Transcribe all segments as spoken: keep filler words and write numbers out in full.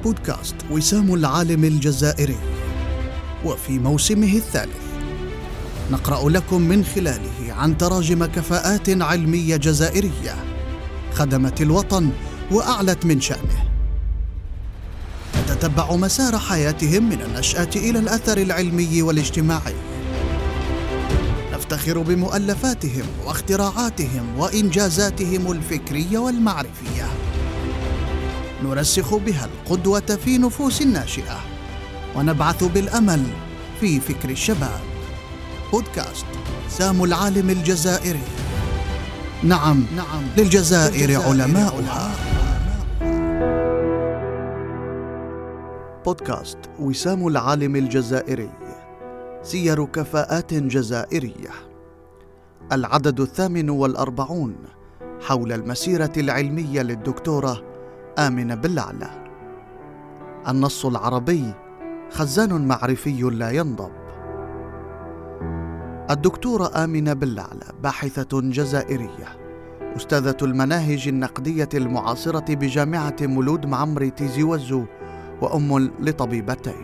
بودكاست وسام العالم الجزائري، وفي موسمه الثالث نقرأ لكم من خلاله عن تراجم كفاءات علمية جزائرية خدمت الوطن وأعلت من شأنه. نتتبع مسار حياتهم من النشأة إلى الأثر العلمي والاجتماعي. نفتخر بمؤلفاتهم واختراعاتهم وإنجازاتهم الفكرية والمعرفية، نرسخ بها القدوة في نفوس الناشئة ونبعث بالأمل في فكر الشباب. بودكاست وسام العالم الجزائري. نعم نعم للجزائر, للجزائر علماؤها. بودكاست وسام العالم الجزائري، سير كفاءات جزائرية، العدد الثامن والأربعون، حول المسيرة العلمية للدكتورة آمنة باللعلة. النص العربي خزان معرفي لا ينضب. الدكتورة آمنة باللعلة باحثة جزائرية، أستاذة المناهج النقدية المعاصرة بجامعة مولود معمر تيزي وزو، وأم لطبيبتين.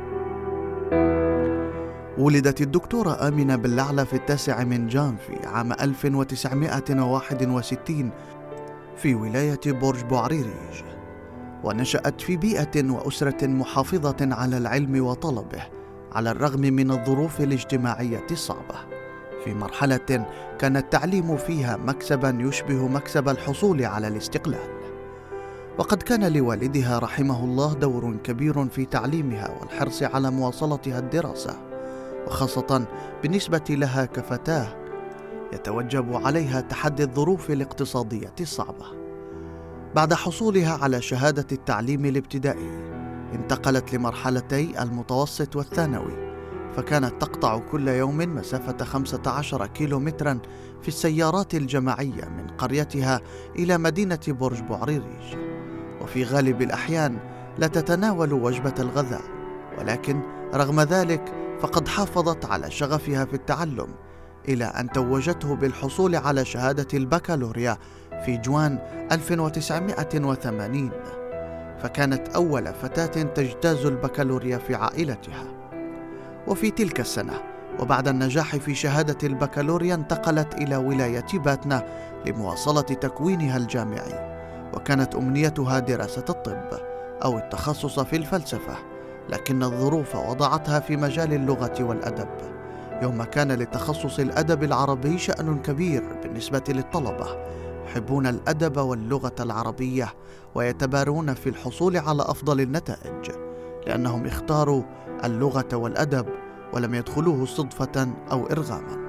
ولدت الدكتورة آمنة باللعلة في التاسع من جانفي عام ألف وتسعمائة وواحد وستين في ولاية برج بوعريريج، ونشأت في بيئة وأسرة محافظة على العلم وطلبه على الرغم من الظروف الاجتماعية الصعبة، في مرحلة كان التعليم فيها مكسبا يشبه مكسب الحصول على الاستقلال. وقد كان لوالدها رحمه الله دور كبير في تعليمها والحرص على مواصلتها الدراسة، وخاصة بالنسبة لها كفتاة يتوجب عليها تحدي الظروف الاقتصادية الصعبة. بعد حصولها على شهادة التعليم الابتدائي انتقلت لمرحلتي المتوسط والثانوي، فكانت تقطع كل يوم مسافة خمسة عشر كيلومترا في السيارات الجماعية من قريتها إلى مدينة برج بوعريريج، وفي غالب الأحيان لا تتناول وجبة الغذاء، ولكن رغم ذلك فقد حافظت على شغفها في التعلم إلى أن توجته بالحصول على شهادة البكالوريا في جوان ألف وتسعمائة وثمانين، فكانت أول فتاة تجتاز البكالوريا في عائلتها. وفي تلك السنة وبعد النجاح في شهادة البكالوريا انتقلت إلى ولاية باتنا لمواصلة تكوينها الجامعي، وكانت أمنيتها دراسة الطب أو التخصص في الفلسفة، لكن الظروف وضعتها في مجال اللغة والأدب، يوم كان لتخصص الأدب العربي شأن كبير بالنسبة للطلبة، يحبون الأدب واللغة العربية ويتبارون في الحصول على أفضل النتائج، لأنهم اختاروا اللغة والأدب ولم يدخلوه صدفة أو إرغاما.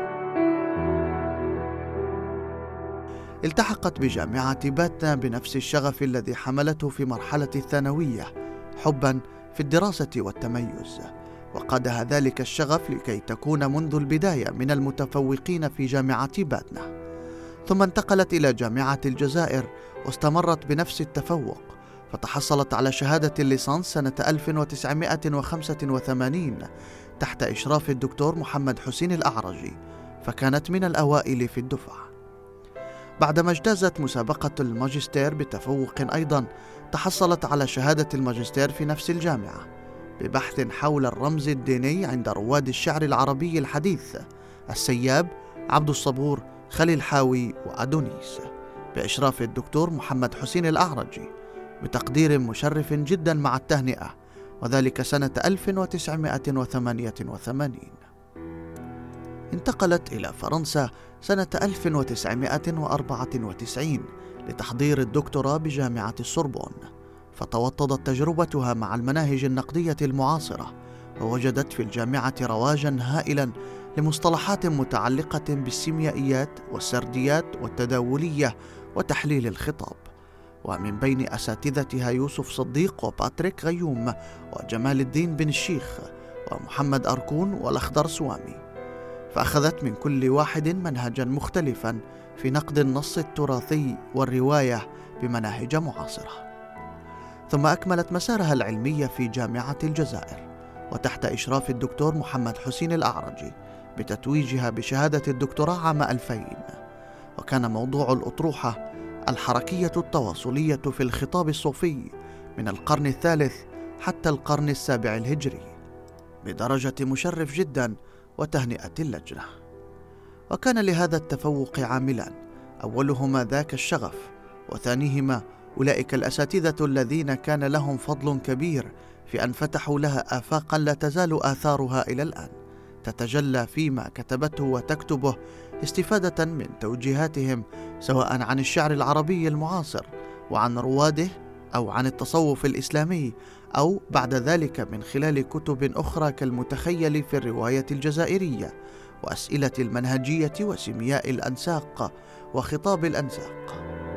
التحقت بجامعة باتنا بنفس الشغف الذي حملته في مرحلة الثانوية، حبا في الدراسة والتميز، وقادها ذلك الشغف لكي تكون منذ البداية من المتفوقين في جامعة باتنا. ثم انتقلت إلى جامعة الجزائر واستمرت بنفس التفوق، فتحصلت على شهادة الليسانس سنة ألف وتسعمائة وخمسة وثمانين تحت إشراف الدكتور محمد حسين الأعرجي، فكانت من الأوائل في الدفعة. بعدما اجتازت مسابقة الماجستير بتفوق أيضا، تحصلت على شهادة الماجستير في نفس الجامعة ببحث حول الرمز الديني عند رواد الشعر العربي الحديث السياب، عبد الصبور، خليل حاوي وأدونيس، بإشراف الدكتور محمد حسين الأعرجي، بتقدير مشرف جدا مع التهنئة، وذلك سنة ألف وتسعمائة وثمانية وثمانين. انتقلت إلى فرنسا سنة ألف وتسعمائة وأربعة وتسعين لتحضير الدكتوراه بجامعة السوربون، فتوطدت تجربتها مع المناهج النقدية المعاصرة، ووجدت في الجامعة رواجا هائلا لمصطلحات متعلقة بالسيميائيات والسرديات والتداولية وتحليل الخطاب، ومن بين أساتذتها يوسف صديق وباتريك غيوم وجمال الدين بن الشيخ ومحمد أركون والأخضر سوامي، فأخذت من كل واحد منهجا مختلفا في نقد النص التراثي والرواية بمناهج معاصرة. ثم أكملت مسارها العلمي في جامعة الجزائر وتحت إشراف الدكتور محمد حسين الأعرجي بتتويجها بشهادة الدكتوراه عام ألفين، وكان موضوع الأطروحة الحركية التواصلية في الخطاب الصوفي من القرن الثالث حتى القرن السابع الهجري، بدرجة مشرف جدا وتهنئة اللجنة. وكان لهذا التفوق عاملان، أولهما ذاك الشغف، وثانيهما أولئك الأساتذة الذين كان لهم فضل كبير في أن فتحوا لها آفاقا لا تزال آثارها إلى الآن تتجلى فيما كتبته وتكتبه، استفادة من توجيهاتهم سواء عن الشعر العربي المعاصر وعن رواده أو عن التصوف الإسلامي، أو بعد ذلك من خلال كتب أخرى كالمتخيل في الرواية الجزائرية وأسئلة المنهجية وسيمياء الأنساق وخطاب الأنساق.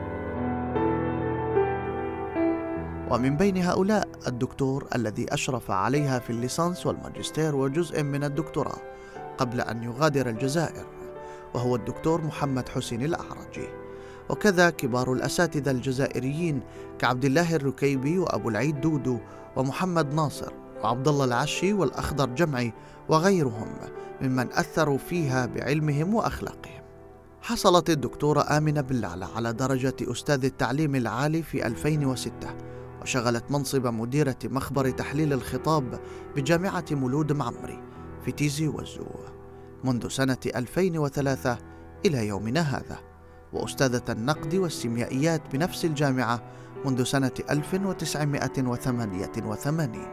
ومن بين هؤلاء الدكتور الذي أشرف عليها في الليسانس والماجستير وجزء من الدكتوراه قبل أن يغادر الجزائر، وهو الدكتور محمد حسين الأعرجي، وكذا كبار الأساتذة الجزائريين كعبد الله الركيبي وأبو العيد دودو ومحمد ناصر وعبد الله العشي والأخضر جمعي وغيرهم ممن أثروا فيها بعلمهم وأخلاقهم. حصلت الدكتورة آمنة بلعلة على درجة أستاذ التعليم العالي في ألفين وستة، وشغلت منصب مديرة مخبر تحليل الخطاب بجامعة مولود معمري في تيزي وزو منذ سنة ألفين وثلاثة إلى يومنا هذا، وأستاذة النقد والسيميائيات بنفس الجامعة منذ سنة ألف وتسعمائة وثمانية وثمانين.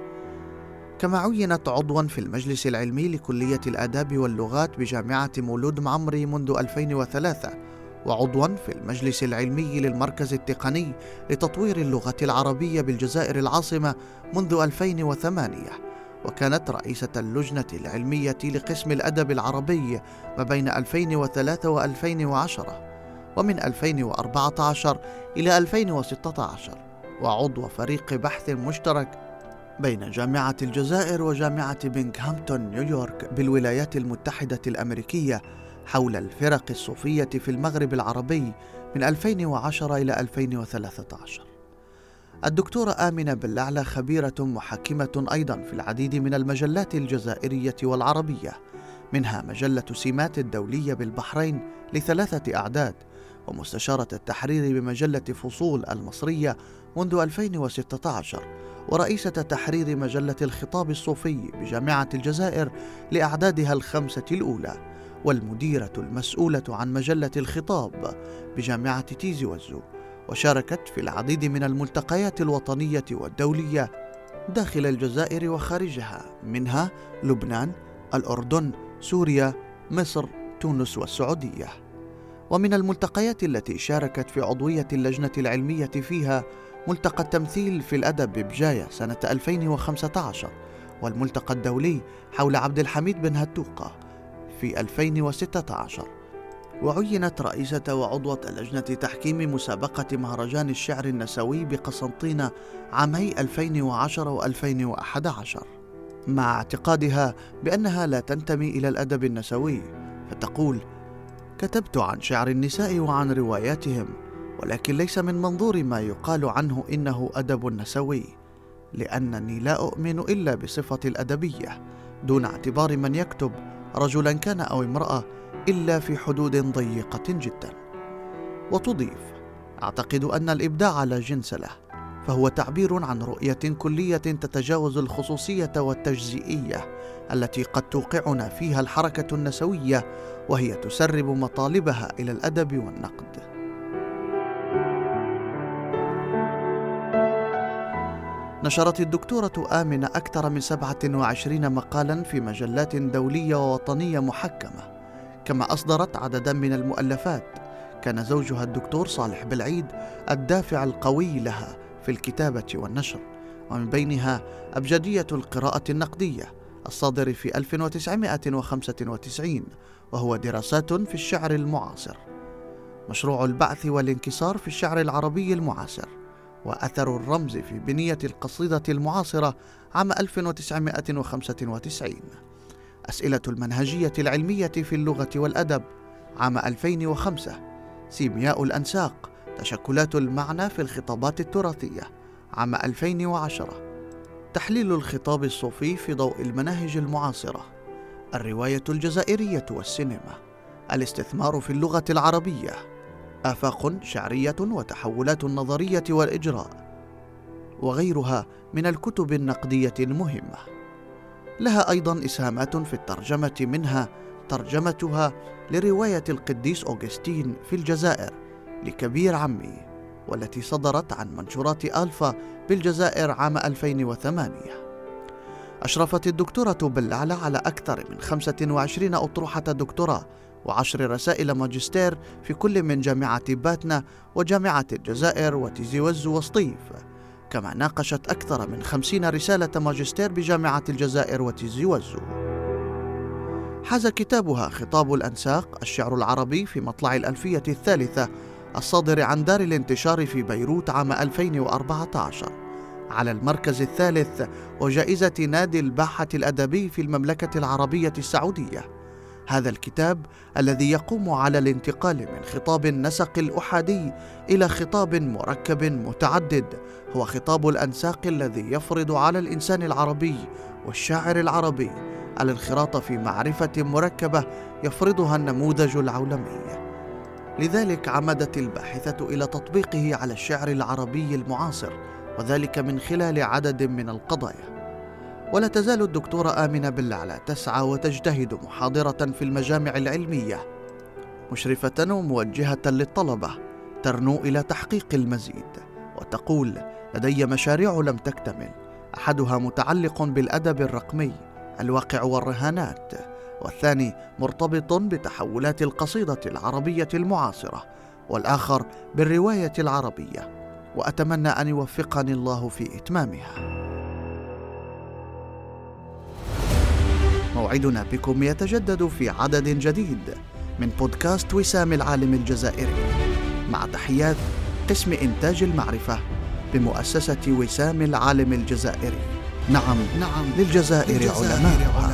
كما عينت عضوا في المجلس العلمي لكلية الآداب واللغات بجامعة مولود معمري منذ ألفين وثلاثة، وعضوا في المجلس العلمي للمركز التقني لتطوير اللغة العربية بالجزائر العاصمة منذ ألفين وثمانية، وكانت رئيسة اللجنة العلمية لقسم الأدب العربي ما بين ألفين وثلاثة وألفين وعشرة، ومن ألفين وأربعة عشر إلى ألفين وستة عشر، وعضو فريق بحث مشترك بين جامعة الجزائر وجامعة بينغهامتون نيويورك بالولايات المتحدة الأمريكية حول الفرق الصوفية في المغرب العربي من ألفين وعشرة إلى ألفين وثلاثة عشر. الدكتورة آمنة بلعلة خبيرة محكمة أيضا في العديد من المجلات الجزائرية والعربية، منها مجلة سمات الدولية بالبحرين لثلاثة أعداد، ومستشارة التحرير بمجلة فصول المصرية منذ ألفين وستة عشر، ورئيسة تحرير مجلة الخطاب الصوفي بجامعة الجزائر لأعدادها الخمسة الأولى، والمديرة المسؤولة عن مجلة الخطاب بجامعة تيزي وزو، وشاركت في العديد من الملتقيات الوطنية والدولية داخل الجزائر وخارجها، منها لبنان، الأردن، سوريا، مصر، تونس والسعودية. ومن الملتقيات التي شاركت في عضوية اللجنة العلمية فيها ملتقى التمثيل في الأدب ببجاية سنة ألفين وخمسة عشر، والملتقى الدولي حول عبد الحميد بن هتوقة في ألفين وستة عشر، وعينت رئيسة وعضوة لجنة تحكيم مسابقة مهرجان الشعر النسوي بقسنطينة عامي ألفين وعشرة وألفين وأحد عشر، مع اعتقادها بأنها لا تنتمي إلى الأدب النسوي، فتقول: كتبت عن شعر النساء وعن رواياتهم، ولكن ليس من منظور ما يقال عنه إنه أدب نسوي، لأنني لا أؤمن إلا بصفة الأدبية دون اعتبار من يكتب رجلا كان أو امرأة إلا في حدود ضيقة جدا. وتضيف: أعتقد أن الإبداع لا جنس له، فهو تعبير عن رؤية كلية تتجاوز الخصوصية والتجزئية التي قد توقعنا فيها الحركة النسوية، وهي تسرب مطالبها إلى الأدب والنقد. نشرت الدكتورة آمنة أكثر من سبعة وعشرين مقالا في مجلات دولية ووطنية محكمة، كما أصدرت عددا من المؤلفات. كان زوجها الدكتور صالح بالعيد الدافع القوي لها في الكتابة والنشر، ومن بينها أبجدية القراءة النقدية الصادر في ألف وتسعمائة وخمسة وتسعين، وهو دراسات في الشعر المعاصر، مشروع البعث والانكسار في الشعر العربي المعاصر، وأثر الرمز في بنية القصيدة المعاصرة عام ألف وتسعمائة وخمسة وتسعين، أسئلة المنهجية العلمية في اللغة والأدب عام ألفين وخمسة، سيمياء الأنساق، تشكلات المعنى في الخطابات التراثية عام ألفين وعشرة، تحليل الخطاب الصوفي في ضوء المناهج المعاصرة، الرواية الجزائرية والسينما، الاستثمار في اللغة العربية، آفاق شعرية وتحولات النظرية والإجراء، وغيرها من الكتب النقدية المهمة. لها أيضا إسهامات في الترجمة، منها ترجمتها لرواية القديس أوغسطين في الجزائر لكبير عمي، والتي صدرت عن منشورات ألفا بالجزائر عام ألفين وثمانية. أشرفت الدكتورة بلعلة على أكثر من خمسة وعشرين أطروحة دكتوراه وعشر رسائل ماجستير في كل من جامعة باتنا وجامعة الجزائر وتيزي وزو وسطيف، كما ناقشت أكثر من خمسين رسالة ماجستير بجامعة الجزائر وتيزي وزو. حاز كتابها خطاب الأنساق الشعر العربي في مطلع الألفية الثالثة الصادر عن دار الانتشار في بيروت عام ألفين وأربعة عشر على المركز الثالث وجائزة نادي الباحة الأدبي في المملكة العربية السعودية. هذا الكتاب الذي يقوم على الانتقال من خطاب النسق الأحادي إلى خطاب مركب متعدد هو خطاب الأنساق الذي يفرض على الإنسان العربي والشاعر العربي الانخراط في معرفة مركبة يفرضها النموذج العولمي. لذلك عمدت الباحثة إلى تطبيقه على الشعر العربي المعاصر، وذلك من خلال عدد من القضايا. ولا تزال الدكتورة آمنة بلعلة تسعى وتجتهد محاضرة في المجامع العلمية، مشرفة وموجهة للطلبة ترنو إلى تحقيق المزيد، وتقول: لدي مشاريع لم تكتمل، أحدها متعلق بالأدب الرقمي الواقع والرهانات، والثاني مرتبط بتحولات القصيدة العربية المعاصرة، والآخر بالرواية العربية، وأتمنى أن يوفقني الله في إتمامها. موعدنا بكم يتجدد في عدد جديد من بودكاست وسام العالم الجزائري، مع تحيات قسم إنتاج المعرفة بمؤسسة وسام العالم الجزائري. نعم نعم للجزائر علماء.